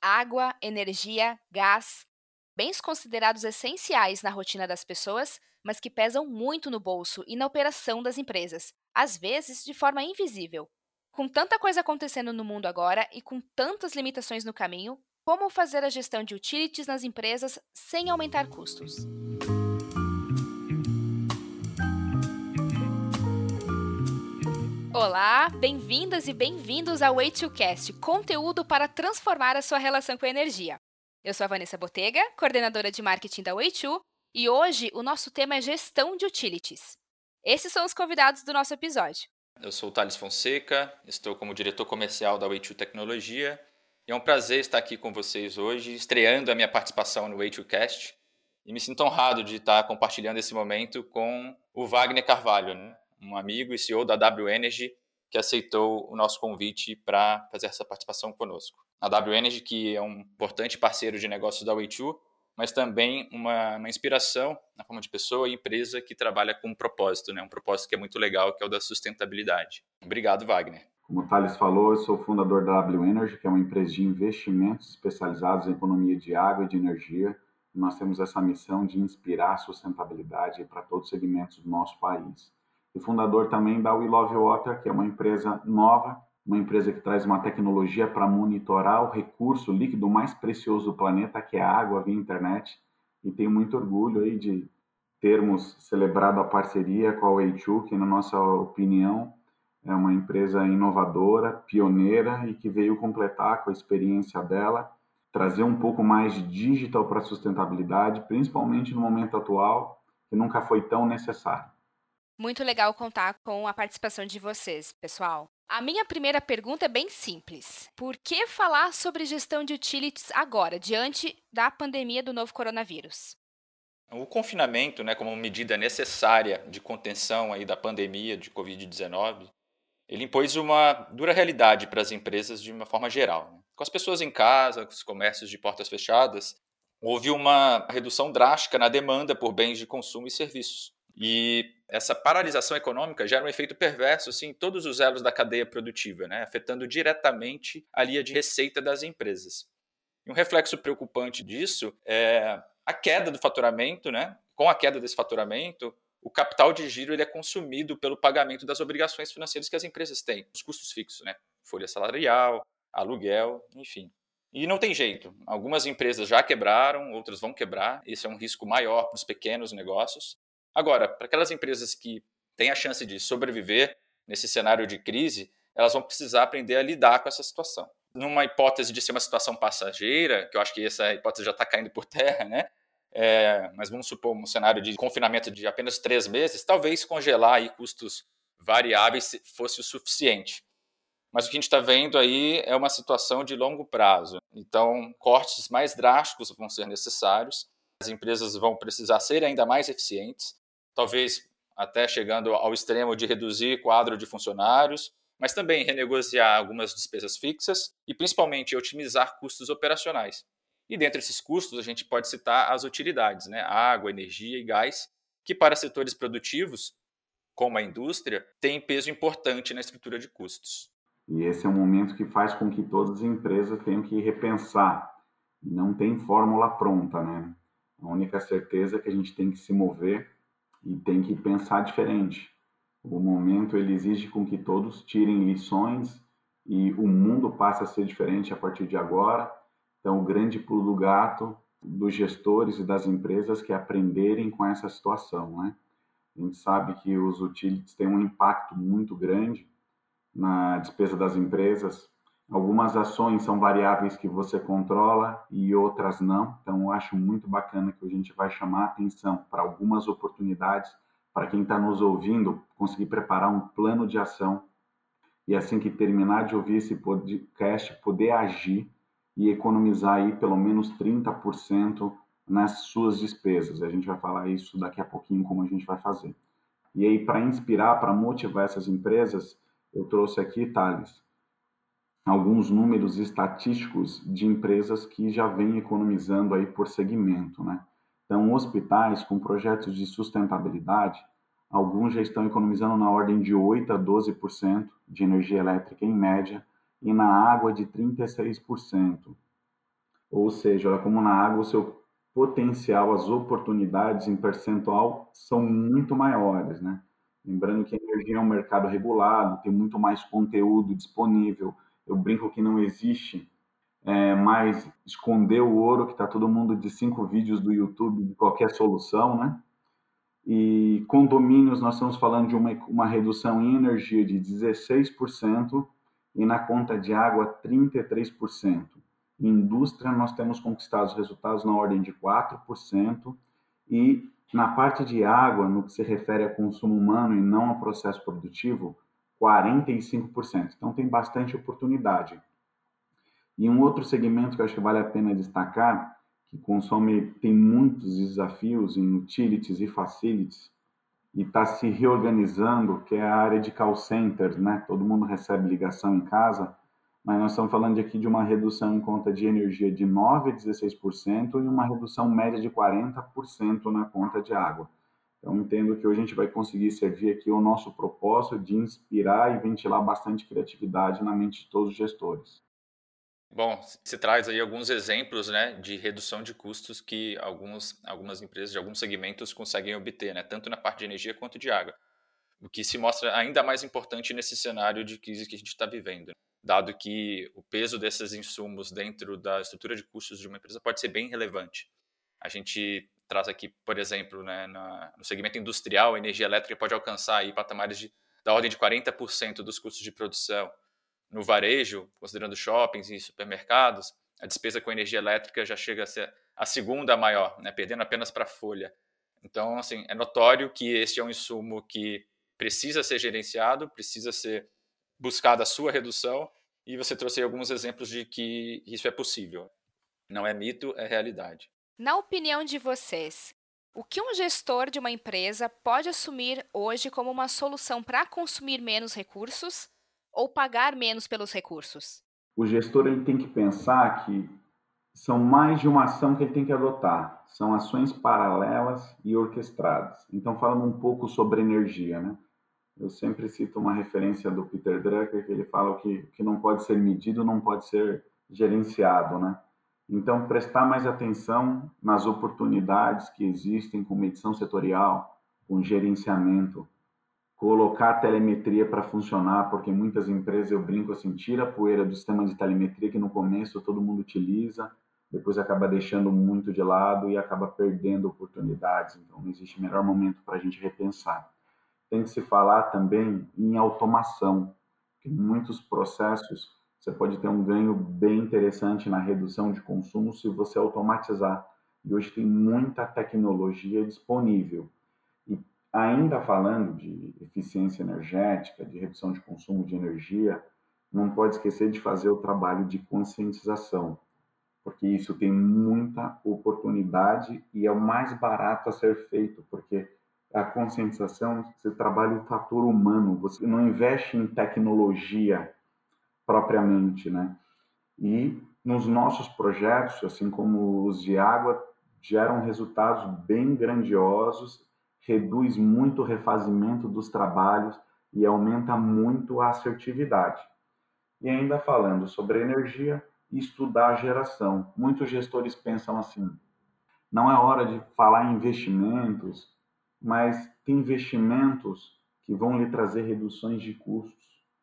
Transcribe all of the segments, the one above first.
água, energia, gás, bens considerados essenciais na rotina das pessoas, mas que pesam muito no bolso e na operação das empresas, às vezes de forma invisível. Com tanta coisa acontecendo no mundo agora e com tantas limitações no caminho, como fazer a gestão de utilities nas empresas sem aumentar custos? Olá, bem-vindas e bem-vindos ao Way2Cast, conteúdo para transformar a sua relação com a energia. Eu sou a Vanessa Botega, coordenadora de marketing da Way2, e hoje o nosso tema é gestão de utilities. Esses são os convidados do nosso episódio. Eu sou o Thales Fonseca, estou como diretor comercial da Way2 Tecnologia e é um prazer estar aqui com vocês hoje, estreando a minha participação no Way2Cast, e me sinto honrado de estar compartilhando esse momento com o Wagner Carvalho, né? Um amigo e CEO da W Energy que aceitou o nosso convite para fazer essa participação conosco. A W Energy, que é um importante parceiro de negócios da Way2, mas também uma inspiração na forma de pessoa e empresa que trabalha com um propósito, né? Um propósito que é muito legal, que é o da sustentabilidade. Obrigado, Wagner. Como o Thales falou, eu sou fundador da W Energy, que é uma empresa de investimentos especializados em economia de água e de energia. Nós temos essa missão de inspirar a sustentabilidade para todos os segmentos do nosso país. E fundador também da We Love Water, que é uma empresa nova, uma empresa que traz uma tecnologia para monitorar o recurso líquido mais precioso do planeta, que é a água via internet. E tenho muito orgulho aí de termos celebrado a parceria com a Way2, que, na nossa opinião, é uma empresa inovadora, pioneira e que veio completar com a experiência dela, trazer um pouco mais de digital para a sustentabilidade, principalmente no momento atual, que nunca foi tão necessário. Muito legal contar com a participação de vocês, pessoal. A minha primeira pergunta é bem simples. Por que falar sobre gestão de utilities agora, diante da pandemia do novo coronavírus? O confinamento, né, como medida necessária de contenção aí da pandemia de Covid-19, ele impôs uma dura realidade para as empresas de uma forma geral, né? Com as pessoas em casa, com os comércios de portas fechadas, houve uma redução drástica na demanda por bens de consumo e serviços. E essa paralisação econômica gera um efeito perverso assim, em todos os elos da cadeia produtiva, né? Afetando diretamente a linha de receita das empresas. E um reflexo preocupante disso é a queda do faturamento, né? Com a queda desse faturamento, o capital de giro ele é consumido pelo pagamento das obrigações financeiras que as empresas têm, os custos fixos, né? Folha salarial, aluguel, enfim. E não tem jeito. Algumas empresas já quebraram, outras vão quebrar. Esse é um risco maior para os pequenos negócios. Agora, para aquelas empresas que têm a chance de sobreviver nesse cenário de crise, elas vão precisar aprender a lidar com essa situação. Numa hipótese de ser uma situação passageira, que eu acho que essa hipótese já está caindo por terra, né? Mas vamos supor um cenário de confinamento de apenas 3 meses, talvez congelar aí custos variáveis fosse o suficiente. Mas o que a gente está vendo aí é uma situação de longo prazo. Então, cortes mais drásticos vão ser necessários. As empresas vão precisar ser ainda mais eficientes, talvez até chegando ao extremo de reduzir quadro de funcionários, mas também renegociar algumas despesas fixas e, principalmente, otimizar custos operacionais. E dentre esses custos, a gente pode citar as utilidades, né? Água, energia e gás, que para setores produtivos, como a indústria, têm peso importante na estrutura de custos. E esse é um momento que faz com que todas as empresas tenham que repensar. E não tem fórmula pronta, né? A única certeza é que a gente tem que se mover e tem que pensar diferente. O momento ele exige com que todos tirem lições e o mundo passa a ser diferente a partir de agora. Então, o grande pulo do gato dos gestores e das empresas que é aprenderem com essa situação, né? A gente sabe que os utilities têm um impacto muito grande na despesa das empresas. Algumas ações são variáveis que você controla e outras não. Então, eu acho muito bacana que a gente vai chamar a atenção para algumas oportunidades para quem está nos ouvindo conseguir preparar um plano de ação e assim que terminar de ouvir esse podcast, poder agir e economizar aí pelo menos 30% nas suas despesas. A gente vai falar isso daqui a pouquinho, como a gente vai fazer. E aí, para inspirar, para motivar essas empresas, eu trouxe aqui, Thales, alguns números estatísticos de empresas que já vêm economizando aí por segmento, né? Então, hospitais com projetos de sustentabilidade, alguns já estão economizando na ordem de 8 a 12% de energia elétrica em média e na água de 36%. Ou seja, olha como na água o seu potencial, as oportunidades em percentual são muito maiores, né? Lembrando que a energia é um mercado regulado, tem muito mais conteúdo disponível. Eu brinco que não existe mais esconder o ouro, que está todo mundo de 5 vídeos do YouTube de qualquer solução, né? E condomínios, nós estamos falando de uma redução em energia de 16% e na conta de água 33%. Em indústria, nós temos conquistado resultados na ordem de 4% e na parte de água, no que se refere a consumo humano e não a processo produtivo, 45%. Então tem bastante oportunidade. E um outro segmento que eu acho que vale a pena destacar, que consome, tem muitos desafios em utilities e facilities, e está se reorganizando, que é a área de call centers, né? Todo mundo recebe ligação em casa, mas nós estamos falando aqui de uma redução em conta de energia de 9% a 16% e uma redução média de 40% na conta de água. Então, entendo que hoje a gente vai conseguir servir aqui o nosso propósito de inspirar e ventilar bastante criatividade na mente de todos os gestores. Bom, você traz aí alguns exemplos, né, de redução de custos que algumas empresas de alguns segmentos conseguem obter, né, tanto na parte de energia quanto de água, o que se mostra ainda mais importante nesse cenário de crise que a gente está vivendo, dado que o peso desses insumos dentro da estrutura de custos de uma empresa pode ser bem relevante. A gente traz aqui, por exemplo, né, no segmento industrial, a energia elétrica pode alcançar aí patamares da ordem de 40% dos custos de produção. No varejo, considerando shoppings e supermercados, a despesa com energia elétrica já chega a ser a segunda maior, né, perdendo apenas para a folha. Então, assim, é notório que este é um insumo que precisa ser gerenciado, precisa ser buscada a sua redução, e você trouxe aí alguns exemplos de que isso é possível. Não é mito, é realidade. Na opinião de vocês, o que um gestor de uma empresa pode assumir hoje como uma solução para consumir menos recursos ou pagar menos pelos recursos? O gestor ele tem que pensar que são mais de uma ação que ele tem que adotar. São ações paralelas e orquestradas. Então, falando um pouco sobre energia, né? Eu sempre cito uma referência do Peter Drucker, que ele fala que o que não pode ser medido não pode ser gerenciado, né? Então, prestar mais atenção nas oportunidades que existem com medição setorial, com gerenciamento, colocar a telemetria para funcionar, porque muitas empresas, eu brinco assim, tira a poeira do sistema de telemetria que no começo todo mundo utiliza, depois acaba deixando muito de lado e acaba perdendo oportunidades. Então, não existe melhor momento para a gente repensar. Tem que se falar também em automação, que em muitos processos você pode ter um ganho bem interessante na redução de consumo se você automatizar. E hoje tem muita tecnologia disponível. E ainda falando de eficiência energética, de redução de consumo de energia, não pode esquecer de fazer o trabalho de conscientização, porque isso tem muita oportunidade e é o mais barato a ser feito, porque a conscientização, você trabalha o fator humano, você não investe em tecnologia propriamente, né? E nos nossos projetos, assim como os de água, geram resultados bem grandiosos, reduz muito o refazimento dos trabalhos e aumenta muito a assertividade. E ainda falando sobre energia, estudar a geração. Muitos gestores pensam assim: não é hora de falar em investimentos, mas tem investimentos que vão lhe trazer reduções de custos.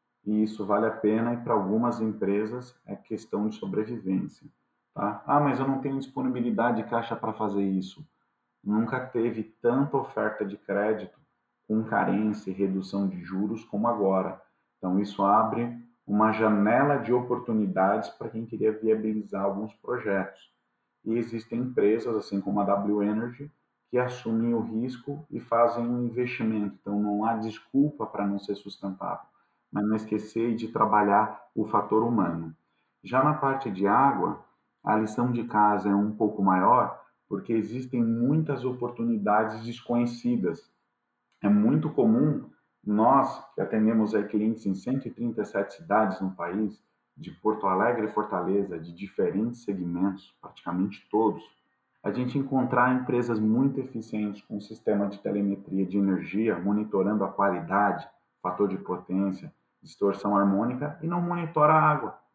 E isso vale a pena e para algumas empresas é questão de sobrevivência. Tá? Ah, mas eu não tenho disponibilidade de caixa para fazer isso. Nunca teve tanta oferta de crédito com carência e redução de juros como agora. Então, isso abre uma janela de oportunidades para quem queria viabilizar alguns projetos. E existem empresas, assim como a W Energy, que assumem o risco e fazem um investimento. Então, não há desculpa para não ser sustentável, mas não esquecer de trabalhar o fator humano. Já na parte de água, a lição de casa é um pouco maior, porque existem muitas oportunidades desconhecidas. É muito comum nós, que atendemos aí clientes em 137 cidades no país, de Porto Alegre e Fortaleza, de diferentes segmentos, praticamente todos, a gente encontrar empresas muito eficientes com sistema de telemetria de energia, monitorando a qualidade, fator de potência, distorção harmônica e não monitora a água.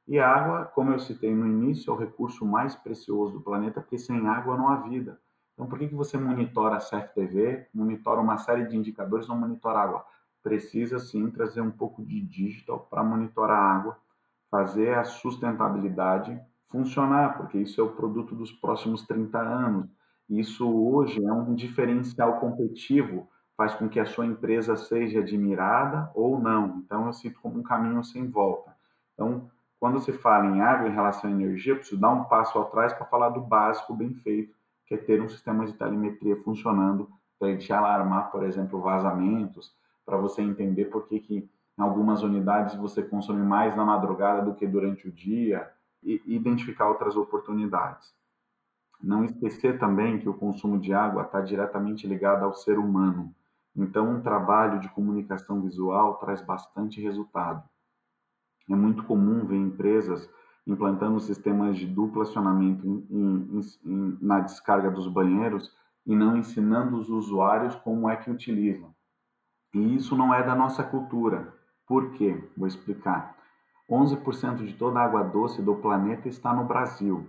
E a água, como eu citei no início, é o recurso mais precioso do planeta, porque sem água não há vida. Então, por que você monitora a CFTV, monitora uma série de indicadores, não monitora a água? Precisa, sim, trazer um pouco de digital para monitorar a água, fazer a sustentabilidade funcionar, porque isso é o produto dos próximos 30 anos. Isso hoje é um diferencial competitivo, faz com que a sua empresa seja admirada ou não. Então, eu cito como um caminho sem volta. Então, quando se fala em água em relação à energia, eu preciso dar um passo atrás para falar do básico bem feito, que é ter um sistema de telemetria funcionando para te alarmar, por exemplo, vazamentos, para você entender por que em algumas unidades você consome mais na madrugada do que durante o dia e identificar outras oportunidades. Não esquecer também que o consumo de água está diretamente ligado ao ser humano. Então, um trabalho de comunicação visual traz bastante resultado. É muito comum ver empresas implantando sistemas de duplo acionamento na descarga dos banheiros e não ensinando os usuários como é que utilizam. E isso não é da nossa cultura. Por quê? Vou explicar. 11% de toda a água doce do planeta está no Brasil.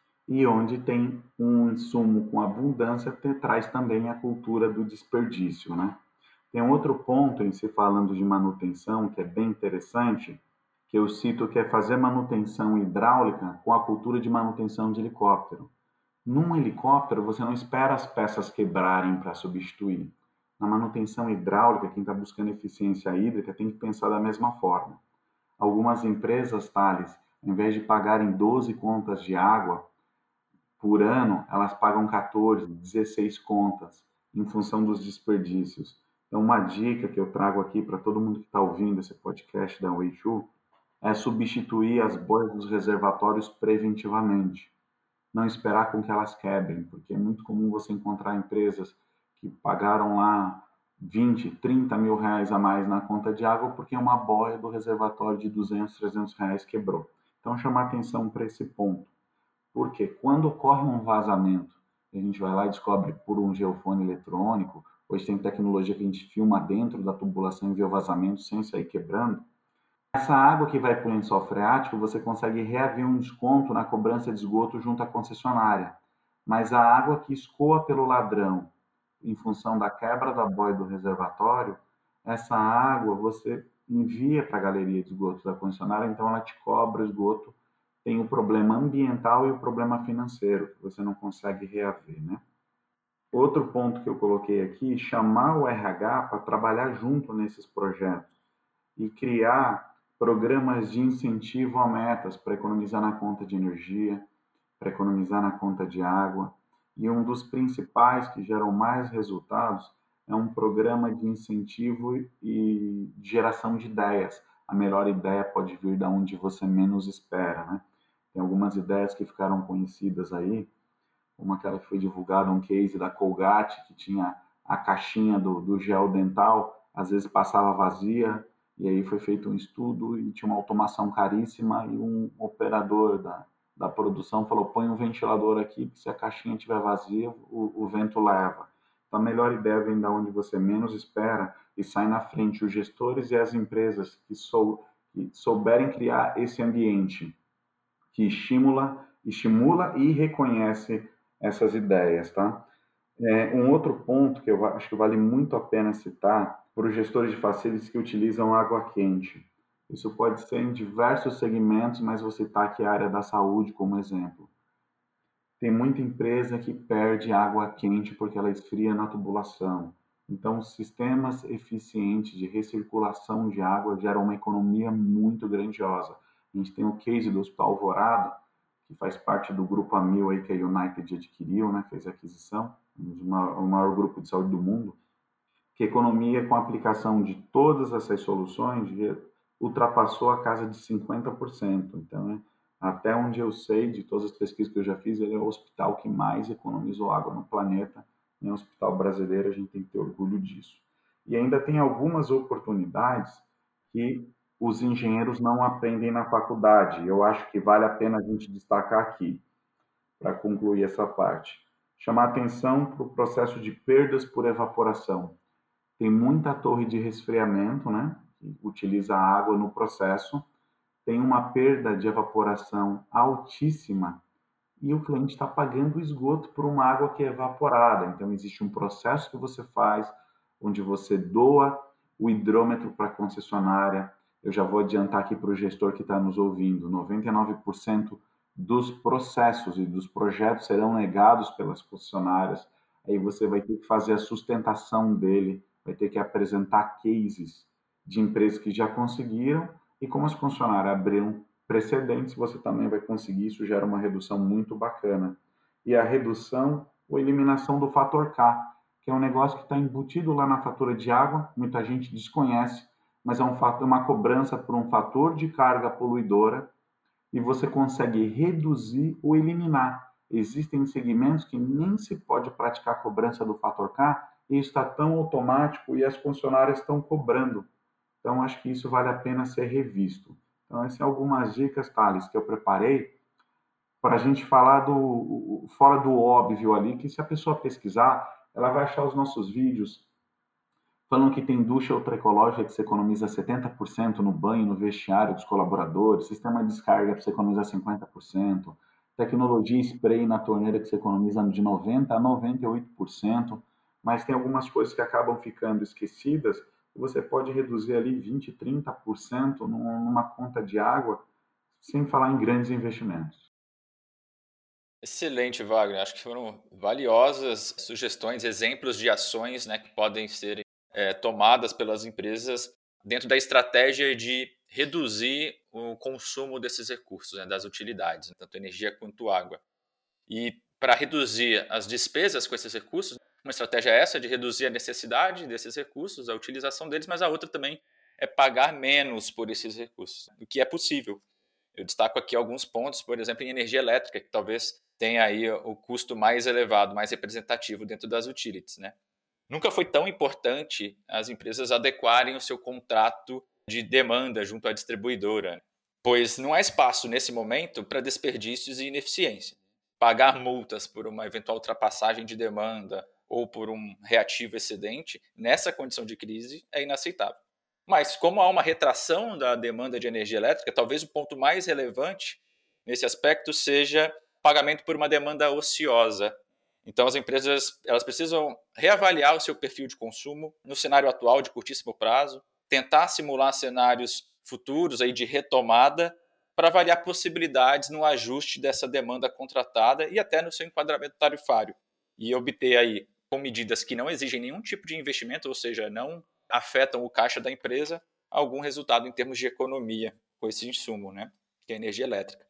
E onde tem um insumo com abundância, traz também a cultura do desperdício, né? Tem um outro ponto em se falando de manutenção que é bem interessante, que eu cito que é fazer manutenção hidráulica com a cultura de manutenção de helicóptero. Num helicóptero, você não espera as peças quebrarem para substituir. Na manutenção hidráulica, quem está buscando eficiência hídrica tem que pensar da mesma forma. Algumas empresas, Thales, ao invés de pagarem 12 contas de água por ano, elas pagam 14, 16 contas em função dos desperdícios. Então, uma dica que eu trago aqui para todo mundo que está ouvindo esse podcast da Way2 é substituir as boias dos reservatórios preventivamente. Não esperar com que elas quebrem, porque é muito comum você encontrar empresas que pagaram lá 20, 30 mil reais a mais na conta de água porque uma boia do reservatório de 200, 300 reais quebrou. Então, chamar atenção para esse ponto. Porque quando ocorre um vazamento, a gente vai lá e descobre por um geofone eletrônico, hoje tem tecnologia que a gente filma dentro da tubulação e vê o vazamento sem sair quebrando, essa água que vai para o lençol freático, você consegue reaver um desconto na cobrança de esgoto junto à concessionária. Mas a água que escoa pelo ladrão, em função da quebra da boia do reservatório, essa água você envia para a galeria de esgoto da concessionária, então ela te cobra o esgoto. Tem o problema ambiental e o problema financeiro, que você não consegue reaver, né? Outro ponto que eu coloquei aqui, chamar o RH para trabalhar junto nesses projetos e criar programas de incentivo a metas para economizar na conta de energia, para economizar na conta de água. E um dos principais que geram mais resultados é um programa de incentivo e de geração de ideias. A melhor ideia pode vir da onde você menos espera, né? Tem algumas ideias que ficaram conhecidas aí, como aquela que foi divulgada, um case da Colgate, que tinha a caixinha do gel dental, às vezes passava vazia, e aí foi feito um estudo e tinha uma automação caríssima e um operador da produção falou, põe um ventilador aqui, que se a caixinha estiver vazia, o vento leva. Então, a melhor ideia vem da onde você menos espera e sai na frente os gestores e as empresas que souberem criar esse ambiente que estimula e reconhece essas ideias, tá? Um outro ponto que eu acho que vale muito a pena citar para os gestores de facilities que utilizam água quente. Isso pode ser em diversos segmentos, mas vou citar aqui a área da saúde como exemplo. Tem muita empresa que perde água quente porque ela esfria na tubulação. Então, sistemas eficientes de recirculação de água geram uma economia muito grandiosa. A gente tem o case do Hospital Alvorada, que faz parte do grupo Amil aí que a United adquiriu, né, fez a aquisição, o maior grupo de saúde do mundo, que economia com a aplicação de todas essas soluções ultrapassou a casa de 50%. Então, até onde eu sei, de todas as pesquisas que eu já fiz, ele é o hospital que mais economizou água no planeta. É um hospital brasileiro, a gente tem que ter orgulho disso. E ainda tem algumas oportunidades que os engenheiros não aprendem na faculdade. Eu acho que vale a pena a gente destacar aqui, para concluir essa parte. Chamar atenção para o processo de perdas por evaporação. Tem muita torre de resfriamento, né, que utiliza água no processo. tem uma perda de evaporação altíssima e o cliente está pagando o esgoto por uma água que é evaporada. Então, existe um processo que você faz, onde você doa o hidrômetro para a concessionária. Eu já vou adiantar aqui para o gestor que está nos ouvindo, 99% dos processos e dos projetos serão negados pelas concessionárias. Aí você vai ter que fazer a sustentação dele, vai ter que apresentar cases de empresas que já conseguiram, e como as concessionárias abriram precedentes, você também vai conseguir, isso gera uma redução muito bacana. E a redução ou eliminação do fator K, que é um negócio que está embutido lá na fatura de água, muita gente desconhece, mas é uma cobrança por um fator de carga poluidora e você consegue reduzir ou eliminar. Existem segmentos que nem se pode praticar a cobrança do fator K e está tão automático e as concessionárias estão cobrando. Então, acho que isso vale a pena ser revisto. Então, essas são algumas dicas, Thales, que eu preparei para a gente falar fora do óbvio ali, que se a pessoa pesquisar, ela vai achar os nossos vídeos falando que tem ducha ultraecológica que você economiza 70% no banho, no vestiário dos colaboradores, sistema de descarga que você economiza 50%, tecnologia spray na torneira que você economiza de 90% a 98%, mas tem algumas coisas que acabam ficando esquecidas, e você pode reduzir ali 20%, 30% numa conta de água, sem falar em grandes investimentos. Excelente, Wagner. Acho que foram valiosas sugestões, exemplos de ações, né, que podem ser tomadas pelas empresas dentro da estratégia de reduzir o consumo desses recursos, né, das utilidades, tanto energia quanto água. E para reduzir as despesas com esses recursos, uma estratégia é essa de reduzir a necessidade desses recursos, a utilização deles, mas a outra também é pagar menos por esses recursos, o que é possível. Eu destaco aqui alguns pontos, por exemplo, em energia elétrica, que talvez tenha aí o custo mais elevado, mais representativo dentro das utilities, né? Nunca foi tão importante as empresas adequarem o seu contrato de demanda junto à distribuidora, pois não há espaço nesse momento para desperdícios e ineficiência. Pagar multas por uma eventual ultrapassagem de demanda ou por um reativo excedente, nessa condição de crise, é inaceitável. Mas, como há uma retração da demanda de energia elétrica, talvez o ponto mais relevante nesse aspecto seja pagamento por uma demanda ociosa. Então, as empresas elas precisam reavaliar o seu perfil de consumo no cenário atual de curtíssimo prazo, tentar simular cenários futuros aí de retomada para avaliar possibilidades no ajuste dessa demanda contratada e até no seu enquadramento tarifário. E obter aí, com medidas que não exigem nenhum tipo de investimento, ou seja, não afetam o caixa da empresa, algum resultado em termos de economia com esse insumo, né, que é a energia elétrica.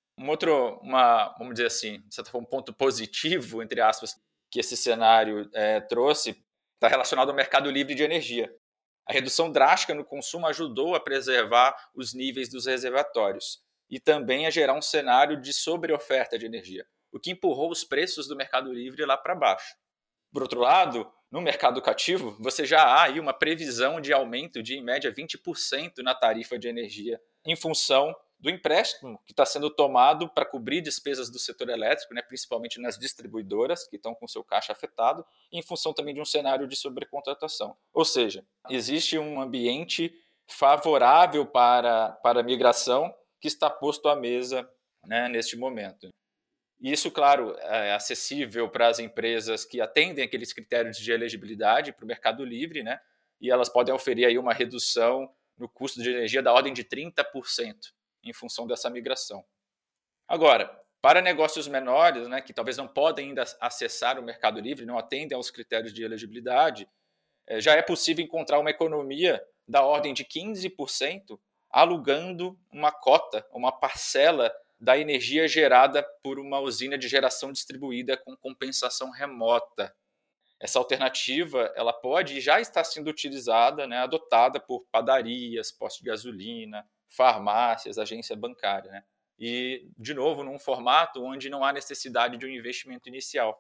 Vamos dizer assim, de certa forma, um ponto positivo, entre aspas, que esse cenário trouxe, está relacionado ao mercado livre de energia. A redução drástica no consumo ajudou a preservar os níveis dos reservatórios e também a gerar um cenário de sobreoferta de energia, o que empurrou os preços do mercado livre lá para baixo. Por outro lado, no mercado cativo, você já há aí uma previsão de aumento de, em média, 20% na tarifa de energia, em função do empréstimo que está sendo tomado para cobrir despesas do setor elétrico, né, principalmente nas distribuidoras, que estão com seu caixa afetado, e em função também de um cenário de sobrecontratação. Ou seja, existe um ambiente favorável para a migração que está posto à mesa, né, neste momento. Isso, claro, é acessível para as empresas que atendem aqueles critérios de elegibilidade para o mercado livre, né? E elas podem oferir aí uma redução no custo de energia da ordem de 30% em função dessa migração. Agora, para negócios menores, né, que talvez não podem ainda acessar o mercado livre, não atendem aos critérios de elegibilidade, já é possível encontrar uma economia da ordem de 15% alugando uma cota, uma parcela da energia gerada por uma usina de geração distribuída com compensação remota. Essa alternativa ela pode e já está sendo utilizada, né, adotada por padarias, postos de gasolina, farmácias, agência bancária. Né? E, de novo, num formato onde não há necessidade de um investimento inicial.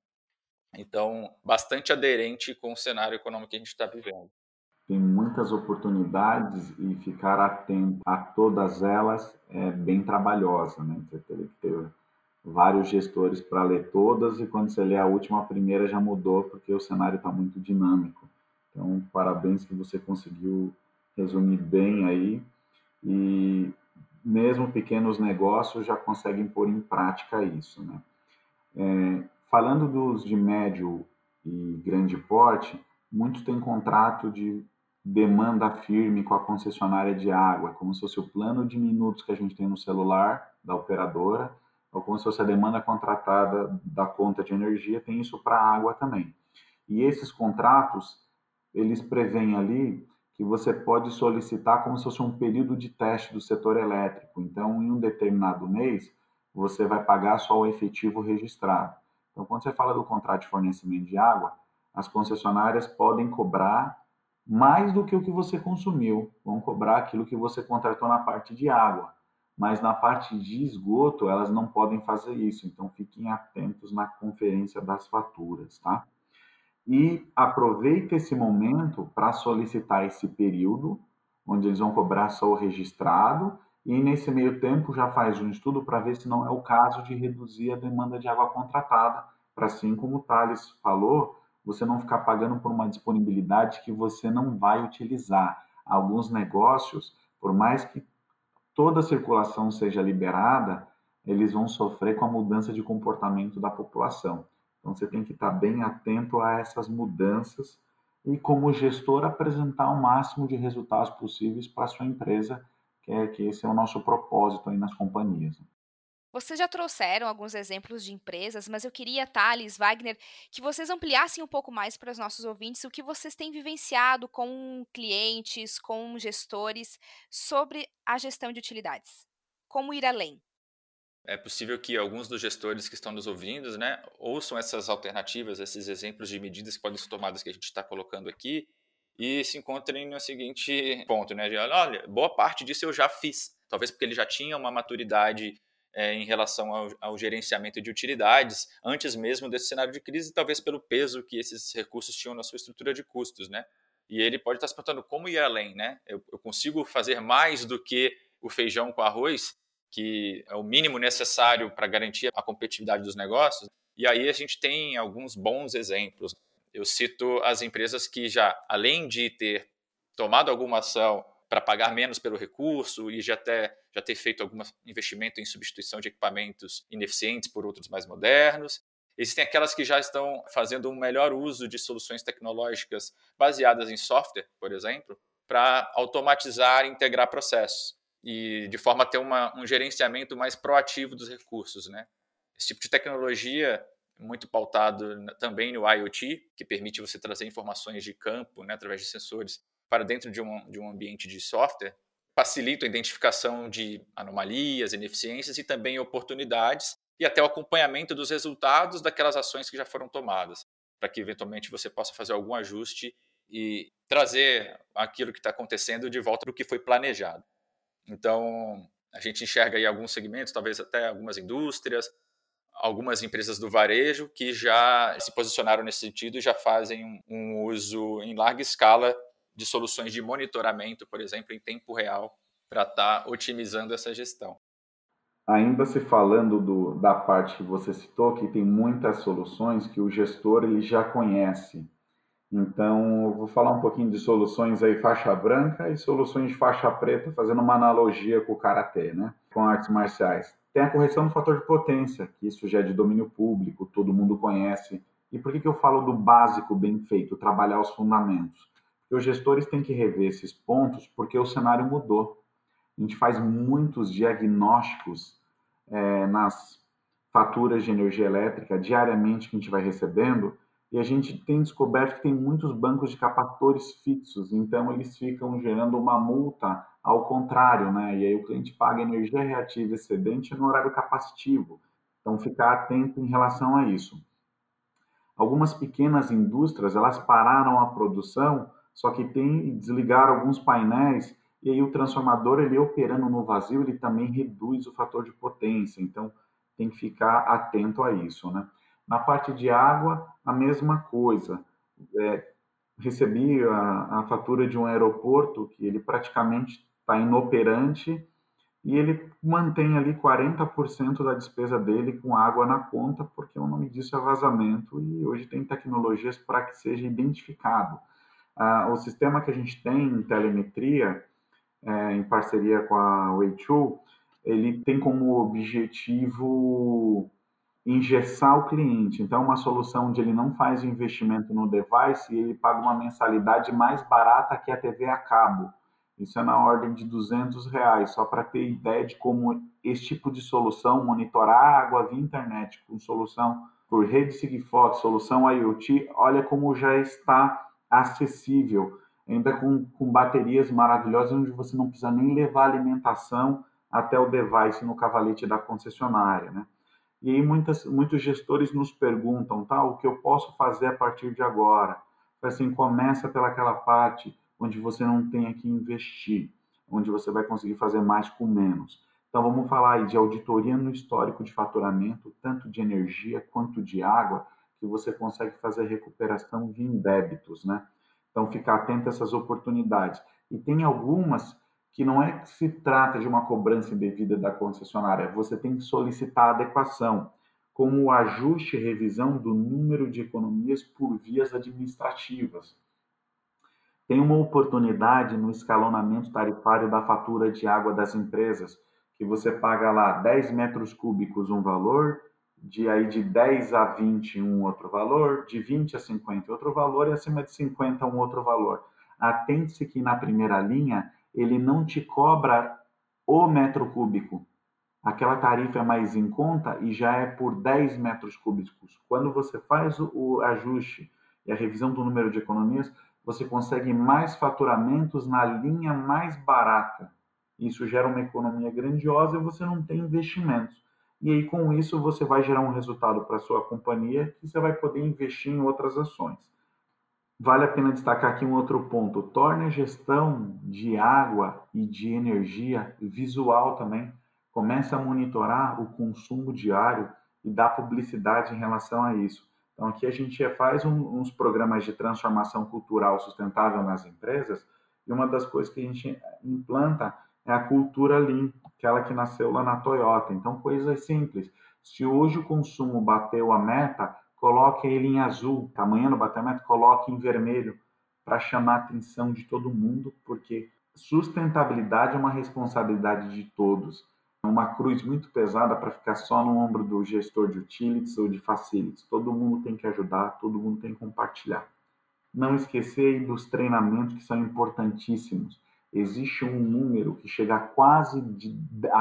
Então, bastante aderente com o cenário econômico que a gente está vivendo. Tem muitas oportunidades e ficar atento a todas elas é bem trabalhosa, né? Você teria que ter vários gestores para ler todas e quando você lê a última, a primeira já mudou porque o cenário está muito dinâmico. Então, parabéns que você conseguiu resumir bem aí e mesmo pequenos negócios já conseguem pôr em prática isso, né? Falando dos de médio e grande porte, muitos têm contrato de demanda firme com a concessionária de água, como se fosse o plano de minutos que a gente tem no celular da operadora, ou como se fosse a demanda contratada da conta de energia, tem isso para a água também. E esses contratos, eles prevêem ali que você pode solicitar como se fosse um período de teste do setor elétrico. Então, em um determinado mês, você vai pagar só o efetivo registrado. Então, quando você fala do contrato de fornecimento de água, as concessionárias podem cobrar mais do que o que você consumiu. Vão cobrar aquilo que você contratou na parte de água. Mas na parte de esgoto, elas não podem fazer isso. Então, fiquem atentos na conferência das faturas, tá? E aproveita esse momento para solicitar esse período, onde eles vão cobrar só o registrado, e nesse meio tempo já faz um estudo para ver se não é o caso de reduzir a demanda de água contratada, para assim como o Thales falou, você não ficar pagando por uma disponibilidade que você não vai utilizar. Alguns negócios, por mais que toda a circulação seja liberada, eles vão sofrer com a mudança de comportamento da população. Então, você tem que estar bem atento a essas mudanças e, como gestor, apresentar o máximo de resultados possíveis para a sua empresa, que esse é o nosso propósito aí nas companhias. Vocês já trouxeram alguns exemplos de empresas, mas eu queria, Thales, Wagner, que vocês ampliassem um pouco mais para os nossos ouvintes o que vocês têm vivenciado com clientes, com gestores, sobre a gestão de utilidades. Como ir além? É possível que alguns dos gestores que estão nos ouvindo, né, ouçam essas alternativas, esses exemplos de medidas que podem ser tomadas que a gente está colocando aqui e se encontrem no seguinte ponto, né, de, olha, boa parte disso eu já fiz, talvez porque ele já tinha uma maturidade em relação ao gerenciamento de utilidades antes mesmo desse cenário de crise, talvez pelo peso que esses recursos tinham na sua estrutura de custos, né? E ele pode estar se perguntando como ir além, né? Eu consigo fazer mais do que o feijão com arroz, que é o mínimo necessário para garantir a competitividade dos negócios. E aí a gente tem alguns bons exemplos. Eu cito as empresas que já, além de ter tomado alguma ação para pagar menos pelo recurso e já ter feito algum investimento em substituição de equipamentos ineficientes por outros mais modernos. Existem aquelas que já estão fazendo um melhor uso de soluções tecnológicas baseadas em software, por exemplo, para automatizar e integrar processos e de forma a ter um gerenciamento mais proativo dos recursos, né? Esse tipo de tecnologia muito pautado também no IoT, que permite você trazer informações de campo, né, através de sensores para dentro de um ambiente de software, facilita a identificação de anomalias, ineficiências e também oportunidades e até o acompanhamento dos resultados daquelas ações que já foram tomadas, para que eventualmente você possa fazer algum ajuste e trazer aquilo que está acontecendo de volta para o que foi planejado. Então, a gente enxerga aí alguns segmentos, talvez até algumas indústrias, algumas empresas do varejo que já se posicionaram nesse sentido e já fazem um uso em larga escala de soluções de monitoramento, por exemplo, em tempo real, para estar otimizando essa gestão. Ainda se falando da parte que você citou, que tem muitas soluções que o gestor ele já conhece. Então, eu vou falar um pouquinho de soluções aí faixa branca e soluções de faixa preta, fazendo uma analogia com o karatê, né? Com artes marciais. Tem a correção do fator de potência, que isso já é de domínio público, todo mundo conhece. E por que eu falo do básico bem feito, trabalhar os fundamentos? Porque os gestores têm que rever esses pontos porque o cenário mudou. A gente faz muitos diagnósticos nas faturas de energia elétrica diariamente que a gente vai recebendo, e a gente tem descoberto que tem muitos bancos de captadores fixos, então eles ficam gerando uma multa ao contrário, né? E aí o cliente paga energia reativa excedente no horário capacitivo. Então, ficar atento em relação a isso. Algumas pequenas indústrias, elas pararam a produção, só que desligaram alguns painéis, e aí o transformador, ele operando no vazio, ele também reduz o fator de potência. Então, tem que ficar atento a isso, né? Na parte de água, a mesma coisa. Recebi a fatura de um aeroporto que ele praticamente está inoperante e ele mantém ali 40% da despesa dele com água na conta, porque o nome disso é vazamento e hoje tem tecnologias para que seja identificado. O sistema que a gente tem em telemetria, em parceria com a Way2, ele tem como objetivo engessar o cliente. Então, uma solução onde ele não faz o investimento no device e ele paga uma mensalidade mais barata que a TV a cabo. Isso é na ordem de R$ 200, só para ter ideia de como esse tipo de solução, monitorar a água via internet, com solução por rede Sigfox, solução IoT, olha como já está acessível, ainda com baterias maravilhosas, onde você não precisa nem levar alimentação até o device no cavalete da concessionária, né? E aí muitos gestores nos perguntam, tá, o que eu posso fazer a partir de agora? Assim, começa pelaquela parte onde você não tenha que investir, onde você vai conseguir fazer mais com menos. Então vamos falar aí de auditoria no histórico de faturamento, tanto de energia quanto de água, que você consegue fazer recuperação de débitos, né? Então ficar atento a essas oportunidades. E tem algumas que não é que se trata de uma cobrança indevida da concessionária, você tem que solicitar adequação, como o ajuste e revisão do número de economias por vias administrativas. Tem uma oportunidade no escalonamento tarifário da fatura de água das empresas, que você paga lá 10 metros cúbicos um valor, de 10 a 20 um outro valor, de 20 a 50 outro valor e acima de 50 um outro valor. Atente-se que na primeira linha ele não te cobra o metro cúbico. Aquela tarifa é mais em conta e já é por 10 metros cúbicos. Quando você faz o ajuste e a revisão do número de economias, você consegue mais faturamentos na linha mais barata. Isso gera uma economia grandiosa e você não tem investimentos. E aí, com isso, você vai gerar um resultado para a sua companhia que você vai poder investir em outras ações. Vale a pena destacar aqui um outro ponto. Torne a gestão de água e de energia visual também. Comece a monitorar o consumo diário e dar publicidade em relação a isso. Então, aqui a gente faz uns programas de transformação cultural sustentável nas empresas e uma das coisas que a gente implanta é a cultura Lean, aquela que nasceu lá na Toyota. Então, coisas simples. Se hoje o consumo bateu a meta, coloque ele em azul, amanhã no batimento coloque em vermelho, para chamar a atenção de todo mundo, porque sustentabilidade é uma responsabilidade de todos. É uma cruz muito pesada para ficar só no ombro do gestor de utilities ou de facilities. Todo mundo tem que ajudar, todo mundo tem que compartilhar. Não esquecer dos treinamentos que são importantíssimos. Existe um número que chega a quase a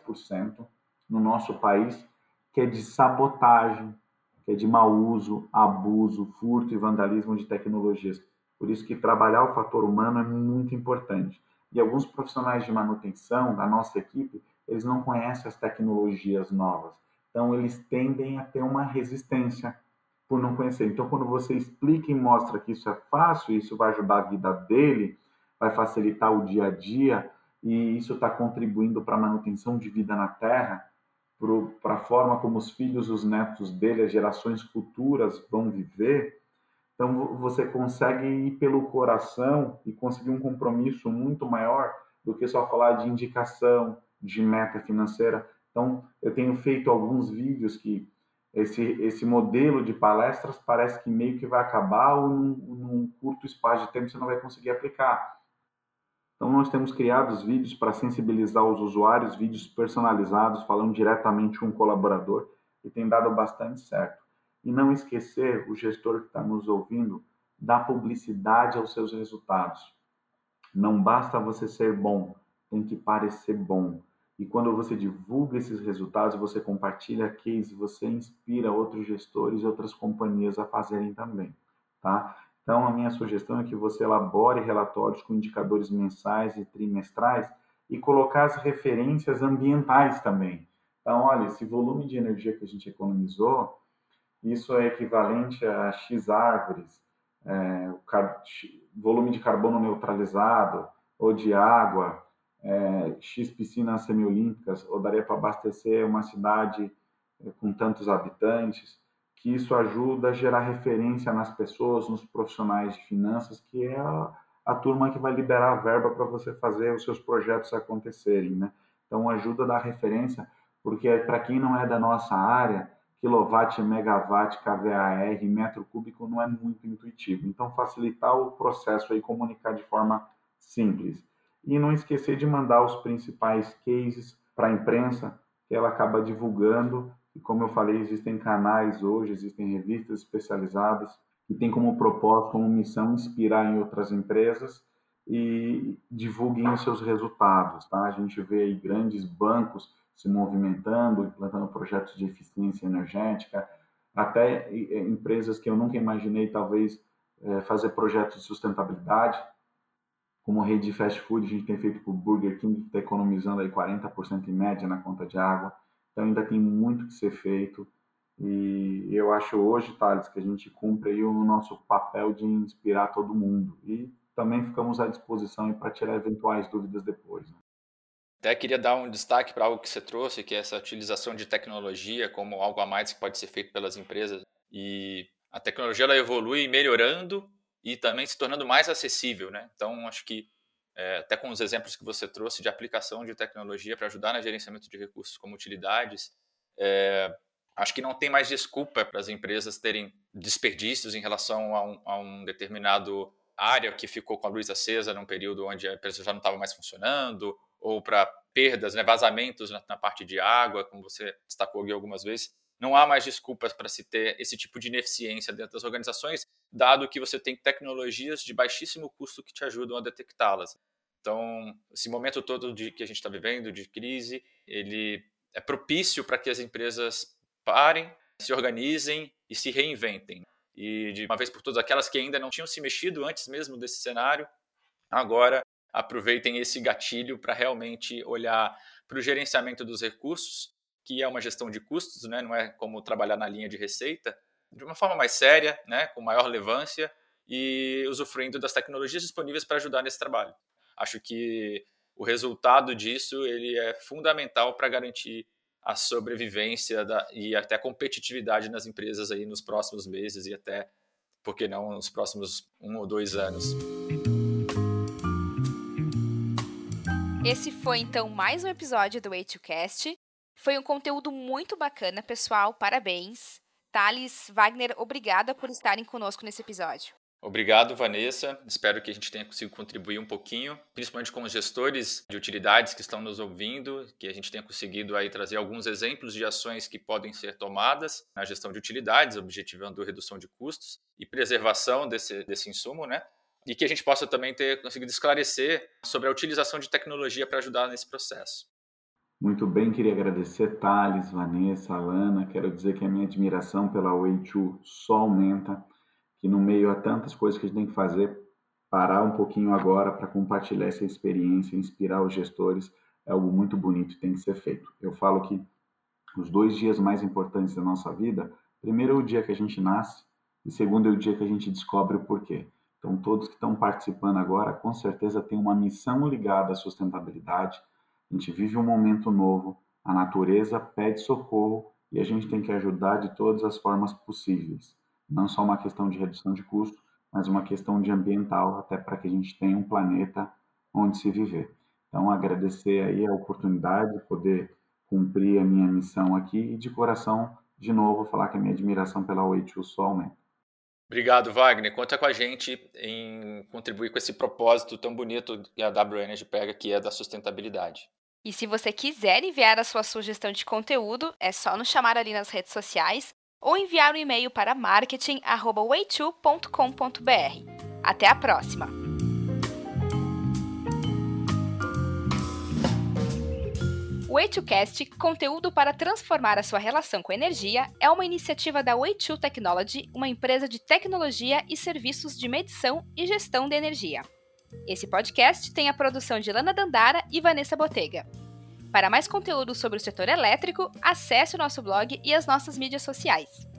10% no nosso país, que é de sabotagem, que é de mau uso, abuso, furto e vandalismo de tecnologias. Por isso que trabalhar o fator humano é muito importante. E alguns profissionais de manutenção da nossa equipe, eles não conhecem as tecnologias novas. Então, eles tendem a ter uma resistência por não conhecer. Então, quando você explica e mostra que isso é fácil, isso vai ajudar a vida dele, vai facilitar o dia a dia, e isso está contribuindo para a manutenção de vida na Terra, para a forma como os filhos, os netos dele, as gerações futuras vão viver, então você consegue ir pelo coração e conseguir um compromisso muito maior do que só falar de indicação, de meta financeira. Então, eu tenho feito alguns vídeos que esse modelo de palestras parece que meio que vai acabar ou num curto espaço de tempo você não vai conseguir aplicar. Então, nós temos criado os vídeos para sensibilizar os usuários, vídeos personalizados, falando diretamente com um colaborador, e tem dado bastante certo. E não esquecer, o gestor que está nos ouvindo, da publicidade aos seus resultados. Não basta você ser bom, tem que parecer bom. E quando você divulga esses resultados, você compartilha case, você inspira outros gestores e outras companhias a fazerem também, tá? Então, a minha sugestão é que você elabore relatórios com indicadores mensais e trimestrais e colocar as referências ambientais também. Então, olha, esse volume de energia que a gente economizou, isso é equivalente a X árvores, o volume de carbono neutralizado, ou de água, X piscinas semiolímpicas, ou daria para abastecer uma cidade com tantos habitantes, que isso ajuda a gerar referência nas pessoas, nos profissionais de finanças, que é a turma que vai liberar a verba para você fazer os seus projetos acontecerem, né? Então, ajuda a dar referência, porque para quem não é da nossa área, quilowatt, megawatt, kVAR, metro cúbico não é muito intuitivo. Então, facilitar o processo e comunicar de forma simples. E não esquecer de mandar os principais cases para a imprensa, que ela acaba divulgando. E como eu falei, existem canais hoje, existem revistas especializadas que têm como propósito, como missão, inspirar em outras empresas e divulguem os seus resultados. Tá? A gente vê aí grandes bancos se movimentando, implantando projetos de eficiência energética, até empresas que eu nunca imaginei, talvez, fazer projetos de sustentabilidade, como rede de fast food, a gente tem feito com o Burger King, que está economizando aí 40% em média na conta de água. Então ainda tem muito que ser feito. E eu acho hoje, Thales, que a gente cumpre aí o nosso papel de inspirar todo mundo. E também ficamos à disposição para tirar eventuais dúvidas depois. Né? Até queria dar um destaque para algo que você trouxe, que é essa utilização de tecnologia como algo a mais que pode ser feito pelas empresas. E a tecnologia ela evolui melhorando e também se tornando mais acessível, né? Então, acho que até com os exemplos que você trouxe de aplicação de tecnologia para ajudar no gerenciamento de recursos como utilidades, acho que não tem mais desculpa para as empresas terem desperdícios em relação a um determinado área que ficou com a luz acesa num período onde a empresa já não estava mais funcionando, ou para perdas, né, vazamentos na parte de água, como você destacou aqui algumas vezes. Não há mais desculpas para se ter esse tipo de ineficiência dentro das organizações, dado que você tem tecnologias de baixíssimo custo que te ajudam a detectá-las. Então, esse momento todo que a gente está vivendo, de crise, ele é propício para que as empresas parem, se organizem e se reinventem. E, de uma vez por todas, aquelas que ainda não tinham se mexido antes mesmo desse cenário, agora aproveitem esse gatilho para realmente olhar para o gerenciamento dos recursos, que é uma gestão de custos, né? Não é como trabalhar na linha de receita, de uma forma mais séria, né? Com maior relevância e usufruindo das tecnologias disponíveis para ajudar nesse trabalho. Acho que o resultado disso ele é fundamental para garantir a sobrevivência e até a competitividade nas empresas aí nos próximos meses e até, por que não, nos próximos 1 ou 2 anos. Esse foi, então, mais um episódio do Way2Cast. Foi um conteúdo muito bacana, pessoal. Parabéns. Thales, Wagner, obrigada por estarem conosco nesse episódio. Obrigado, Vanessa. Espero que a gente tenha conseguido contribuir um pouquinho, principalmente com os gestores de utilidades que estão nos ouvindo, que a gente tenha conseguido aí trazer alguns exemplos de ações que podem ser tomadas na gestão de utilidades, objetivando redução de custos e preservação desse insumo, né? E que a gente possa também ter conseguido esclarecer sobre a utilização de tecnologia para ajudar nesse processo. Muito bem, queria agradecer Thales, Vanessa, Alana. Quero dizer que a minha admiração pela Way2 só aumenta, que no meio a tantas coisas que a gente tem que fazer, parar um pouquinho agora para compartilhar essa experiência, inspirar os gestores, é algo muito bonito e tem que ser feito. Eu falo que os 2 dias mais importantes da nossa vida, primeiro é o dia que a gente nasce e segundo é o dia que a gente descobre o porquê. Então, todos que estão participando agora, com certeza têm uma missão ligada à sustentabilidade. A gente vive um momento novo, a natureza pede socorro e a gente tem que ajudar de todas as formas possíveis. Não só uma questão de redução de custo, mas uma questão de ambiental, até para que a gente tenha um planeta onde se viver. Então, agradecer aí a oportunidade de poder cumprir a minha missão aqui e, de coração, de novo, falar que a minha admiração pela Way2 só aumenta. Obrigado, Wagner. Conta com a gente em contribuir com esse propósito tão bonito que a W Energy pega, que é da sustentabilidade. E se você quiser enviar a sua sugestão de conteúdo, é só nos chamar ali nas redes sociais ou enviar um e-mail para marketing@way2.com.br. Até a próxima! O Way2Cast, conteúdo para transformar a sua relação com energia, é uma iniciativa da Way2 Technology, uma empresa de tecnologia e serviços de medição e gestão de energia. Esse podcast tem a produção de Lana Dandara e Vanessa Botega. Para mais conteúdo sobre o setor elétrico, acesse o nosso blog e as nossas mídias sociais.